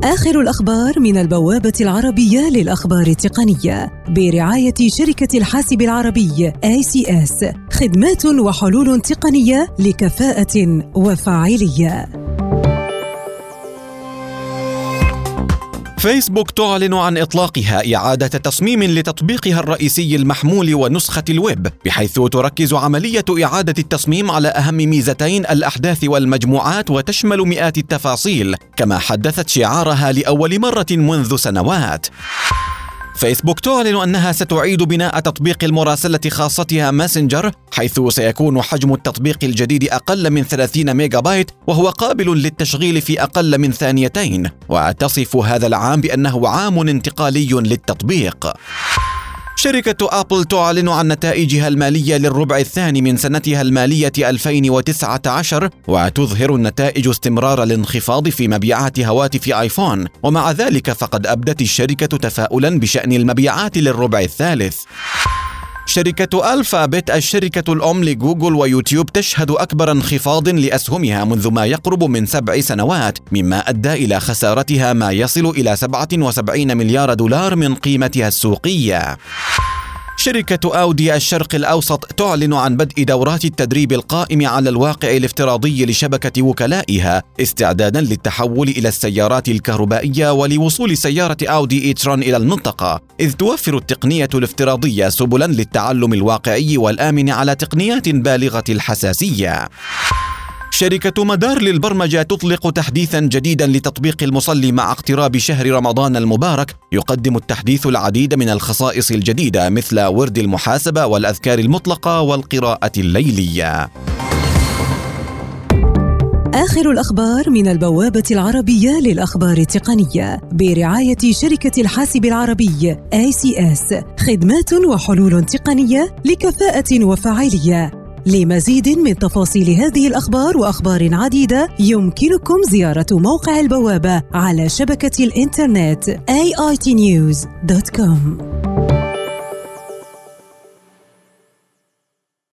آخر الأخبار من البوابة العربية للأخبار التقنية برعاية شركة الحاسب العربي ICS، خدمات وحلول تقنية لكفاءة وفاعلية. فيسبوك تعلن عن إطلاقها إعادة تصميم لتطبيقها الرئيسي المحمول ونسخة الويب، بحيث تركز عملية إعادة التصميم على أهم ميزتين الأحداث والمجموعات، وتشمل مئات التفاصيل، كما حدثت شعارها لأول مرة منذ سنوات. فيسبوك تعلن أنها ستعيد بناء تطبيق المراسلة خاصتها ماسنجر، حيث سيكون حجم التطبيق الجديد أقل من 30 ميجا بايت، وهو قابل للتشغيل في أقل من ثانيتين، وتصف هذا العام بأنه عام انتقالي للتطبيق. شركة أبل تعلن عن نتائجها المالية للربع الثاني من سنتها المالية 2019، وتظهر النتائج استمرار الانخفاض في مبيعات هواتف آيفون، ومع ذلك فقد أبدت الشركة تفاؤلا بشأن المبيعات للربع الثالث. شركة ألفابت الشركة الأم لجوجل ويوتيوب تشهد أكبر انخفاض لأسهمها منذ ما يقرب من 7 سنوات، مما أدى إلى خسارتها ما يصل إلى 77 مليار دولار من قيمتها السوقية. شركة أودي الشرق الأوسط تعلن عن بدء دورات التدريب القائم على الواقع الافتراضي لشبكة وكلائها، استعدادا للتحول إلى السيارات الكهربائية ولوصول سيارة أودي إيترون إلى المنطقة، إذ توفر التقنية الافتراضية سبلا للتعلم الواقعي والآمن على تقنيات بالغة الحساسية. شركة مدار للبرمجة تطلق تحديثاً جديداً لتطبيق المصلي مع اقتراب شهر رمضان المبارك. يقدم التحديث العديد من الخصائص الجديدة مثل ورد المحاسبة والأذكار المطلقة والقراءة الليلية. آخر الأخبار من البوابة العربية للأخبار التقنية برعاية شركة الحاسب العربي ICS، خدمات وحلول تقنية لكفاءة وفاعلية. لمزيد من تفاصيل هذه الأخبار وأخبار عديدة يمكنكم زيارة موقع البوابة على شبكة الإنترنت AITnews.com.